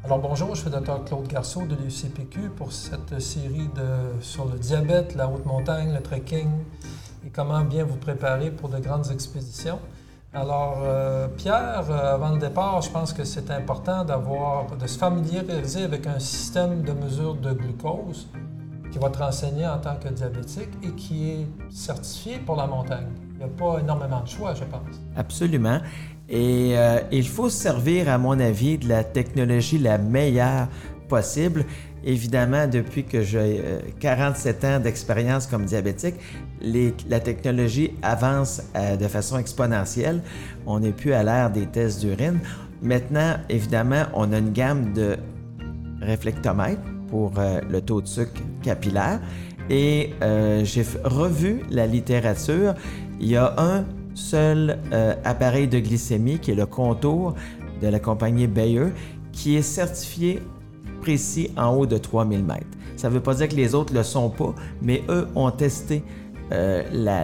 Alors bonjour, je suis Dr Claude Garceau de l'UCPQ pour cette série sur le diabète, la haute montagne, le trekking et comment bien vous préparer pour de grandes expéditions. Alors Pierre, avant le départ, je pense que c'est important de se familiariser avec un système de mesure de glucose qui va te renseigner en tant que diabétique et qui est certifié pour la montagne. Il n'y a pas énormément de choix, je pense. Absolument. Et il faut se servir, à mon avis, de la technologie la meilleure possible. Évidemment, depuis que j'ai 47 ans d'expérience comme diabétique, la technologie avance de façon exponentielle. On n'est plus à l'ère des tests d'urine. Maintenant, évidemment, on a une gamme de réflectomètres pour le taux de sucre capillaire. Et j'ai revu la littérature. Il y a un seul appareil de glycémie qui est le Contour de la compagnie Bayer qui est certifié précis en haut de 3000 mètres. Ça ne veut pas dire que les autres ne le sont pas, mais eux ont testé la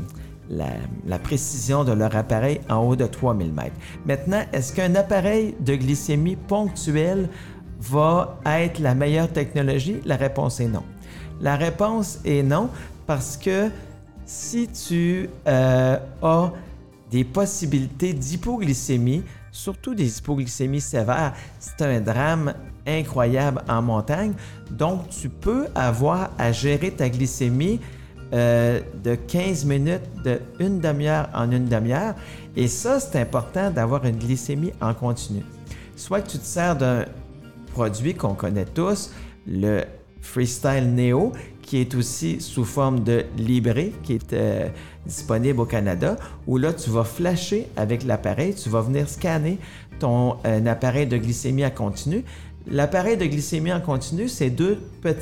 précision de leur appareil en haut de 3000 mètres. Maintenant, est-ce qu'un appareil de glycémie ponctuel va être la meilleure technologie? La réponse est non. La réponse est non parce que si tu as des possibilités d'hypoglycémie, surtout des hypoglycémies sévères, c'est un drame incroyable en montagne. Donc, tu peux avoir à gérer ta glycémie de 15 minutes, de une demi-heure en une demi-heure. Et ça, c'est important d'avoir une glycémie en continu. Soit que tu te sers d'un produit qu'on connaît tous, le Freestyle Neo, qui est aussi sous forme de Libre, qui est disponible au Canada, où là, tu vas flasher avec l'appareil, tu vas venir scanner ton appareil de glycémie en continu. L'appareil de glycémie en continu, c'est deux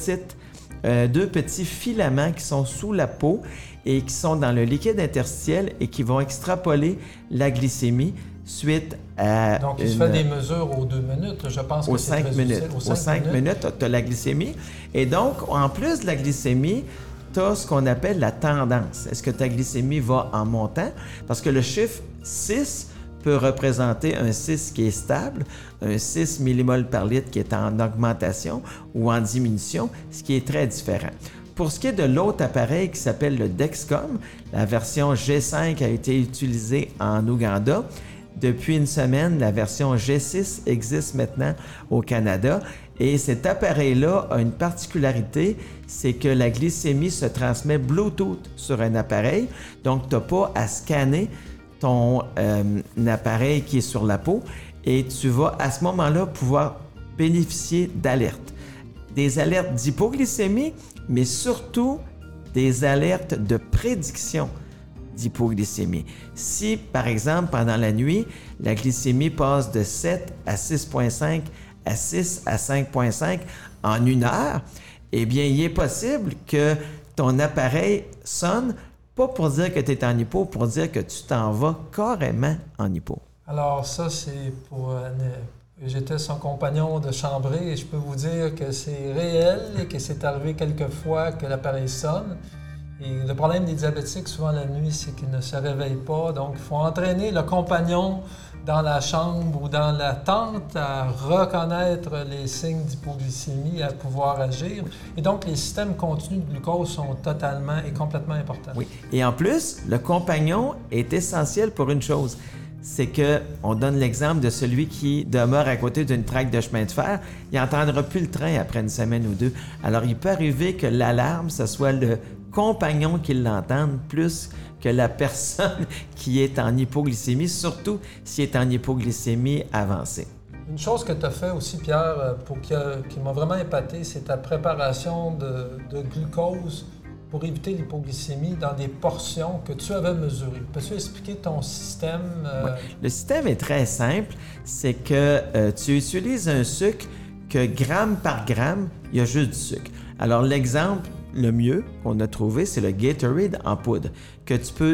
petits filaments qui sont sous la peau et qui sont dans le liquide interstitiel et qui vont extrapoler la glycémie suite à... Donc, il se fait des mesures aux 2 minutes, je pense que c'est très utile. Aux 5 minutes, tu as la glycémie. Et donc, en plus de la glycémie, tu as ce qu'on appelle la tendance. Est-ce que ta glycémie va en montant? Parce que le chiffre 6 peut représenter un 6 qui est stable, un 6 millimoles par litre qui est en augmentation ou en diminution, ce qui est très différent. Pour ce qui est de l'autre appareil qui s'appelle le Dexcom, la version G5 a été utilisée en Ouganda. Depuis une semaine, la version G6 existe maintenant au Canada et cet appareil-là a une particularité, c'est que la glycémie se transmet Bluetooth sur un appareil, donc tu n'as pas à scanner ton appareil qui est sur la peau et tu vas à ce moment-là pouvoir bénéficier d'alertes. Des alertes d'hypoglycémie, mais surtout des alertes de prédiction d'hypoglycémie. Si, par exemple, pendant la nuit, la glycémie passe de 7 à 6,5 à 6 à 5,5 en une heure, eh bien, il est possible que ton appareil sonne, pas pour dire que tu es en hypo, pour dire que tu t'en vas carrément en hypo. Alors ça, c'est pour... J'étais son compagnon de chambrée et je peux vous dire que c'est réel et que c'est arrivé quelques fois que l'appareil sonne. Et le problème des diabétiques, souvent la nuit, c'est qu'ils ne se réveillent pas. Donc, il faut entraîner le compagnon dans la chambre ou dans la tente à reconnaître les signes d'hypoglycémie, à pouvoir agir. Et donc, les systèmes continus de glucose sont totalement et complètement importants. Oui. Et en plus, le compagnon est essentiel pour une chose. C'est qu'on donne l'exemple de celui qui demeure à côté d'une traque de chemin de fer. Il n'entendra plus le train après une semaine ou deux. Alors, il peut arriver que l'alarme, ce soit le compagnon qui l'entende plus que la personne qui est en hypoglycémie, surtout s'il est en hypoglycémie avancée. Une chose que tu as fait aussi, Pierre, qui m'a vraiment épaté, c'est ta préparation de glucose pour éviter l'hypoglycémie dans des portions que tu avais mesurées. Peux-tu expliquer ton système? Ouais. Le système est très simple. C'est que tu utilises un sucre que gramme par gramme, il y a juste du sucre. Alors, l'exemple le mieux qu'on a trouvé, c'est le Gatorade en poudre, que tu peux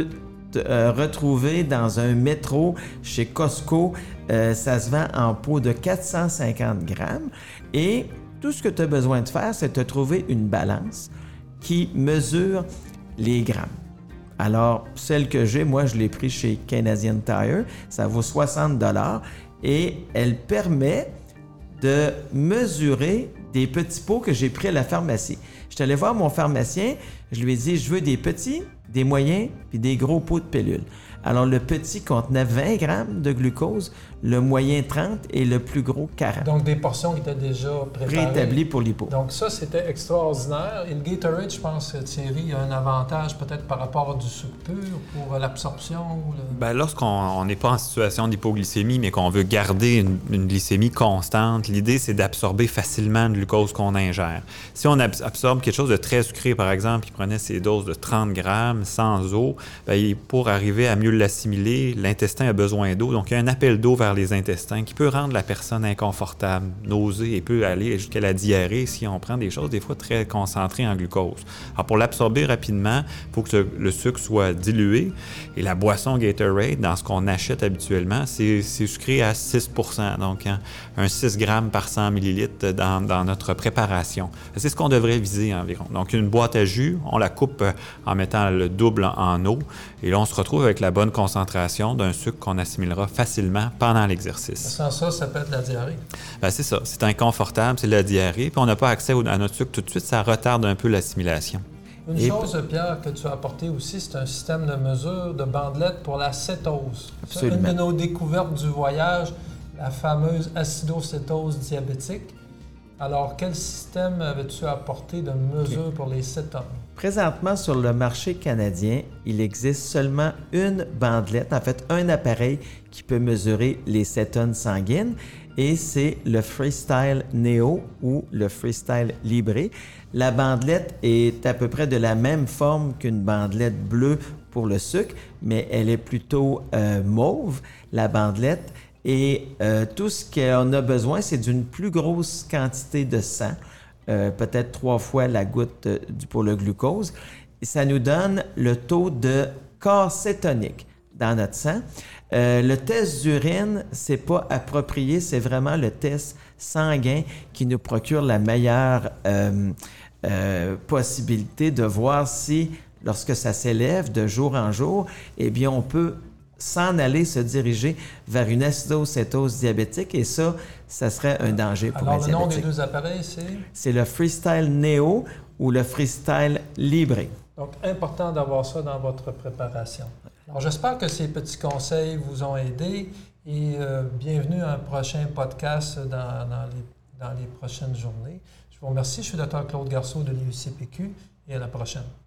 retrouver dans un métro chez Costco. Ça se vend en pot de 450 grammes. Et tout ce que tu as besoin de faire, c'est de trouver une balance qui mesure les grammes. Alors, celle que j'ai, moi, je l'ai pris chez Canadian Tire. Ça vaut 60 $ et elle permet de mesurer des petits pots que j'ai pris à la pharmacie. Je suis allé voir mon pharmacien, je lui ai dit, je veux des petits, des moyens, puis des gros pots de pilules. Alors, le petit contenait 20 grammes de glucose, le moyen 30 et le plus gros 40. Donc, des portions qui étaient déjà préétablies pour l'hypo. Donc, ça, c'était extraordinaire. Et le Gatorade, je pense, Thierry, a un avantage peut-être par rapport à du sucre pur pour l'absorption. Bien, lorsqu'on n'est pas en situation d'hypoglycémie, mais qu'on veut garder une glycémie constante, l'idée, c'est d'absorber facilement le glucose qu'on ingère. Si on absorbe quelque chose de très sucré, par exemple, il prenait ses doses de 30 grammes sans eau, bien, pour arriver à mieux l'assimiler, l'intestin a besoin d'eau. Donc, il y a un appel d'eau vers les intestins qui peut rendre la personne inconfortable, nausée et peut aller jusqu'à la diarrhée si on prend des choses des fois très concentrées en glucose. Alors, pour l'absorber rapidement, il faut que le sucre soit dilué. Et la boisson Gatorade, dans ce qu'on achète habituellement, c'est sucré à 6 %, donc un 6 grammes par 100 millilitres dans notre préparation. C'est ce qu'on devrait viser environ. Donc, une boîte à jus, on la coupe en mettant le double en eau. Et là, on se retrouve avec la bonne concentration d'un sucre qu'on assimilera facilement pendant l'exercice. Sans ça, ça peut être la diarrhée. Bien, c'est ça. C'est inconfortable, c'est la diarrhée. Puis on n'a pas accès à notre sucre tout de suite, ça retarde un peu l'assimilation. Une chose, Pierre, que tu as apporté aussi, c'est un système de mesure de bandelettes pour la cétose. Absolument. C'est une de nos découvertes du voyage, la fameuse acidocétose diabétique. Alors, quel système avais-tu apporté de mesure pour les cétones? Présentement, sur le marché canadien, il existe seulement une bandelette, en fait, un appareil qui peut mesurer les cétones sanguines, et c'est le Freestyle Neo ou le Freestyle Libre. La bandelette est à peu près de la même forme qu'une bandelette bleue pour le sucre, mais elle est plutôt mauve, la bandelette. Et tout ce qu'on a besoin, c'est d'une plus grosse quantité de sang, peut-être 3 fois la goutte pour le glucose. Et ça nous donne le taux de corps cétonique dans notre sang. Le test d'urine, c'est pas approprié, c'est vraiment le test sanguin qui nous procure la meilleure possibilité de voir si, lorsque ça s'élève de jour en jour, eh bien, on peut s'en aller se diriger vers une acidocétose diabétique et ça serait un danger pour un diabétique. Alors, le nom des deux appareils, c'est? C'est le Freestyle Neo ou le Freestyle Libre. Donc, important d'avoir ça dans votre préparation. Alors, j'espère que ces petits conseils vous ont aidé et bienvenue à un prochain podcast dans les prochaines journées. Je vous remercie. Je suis Dr. Claude Garceau de l'IUCPQ et à la prochaine.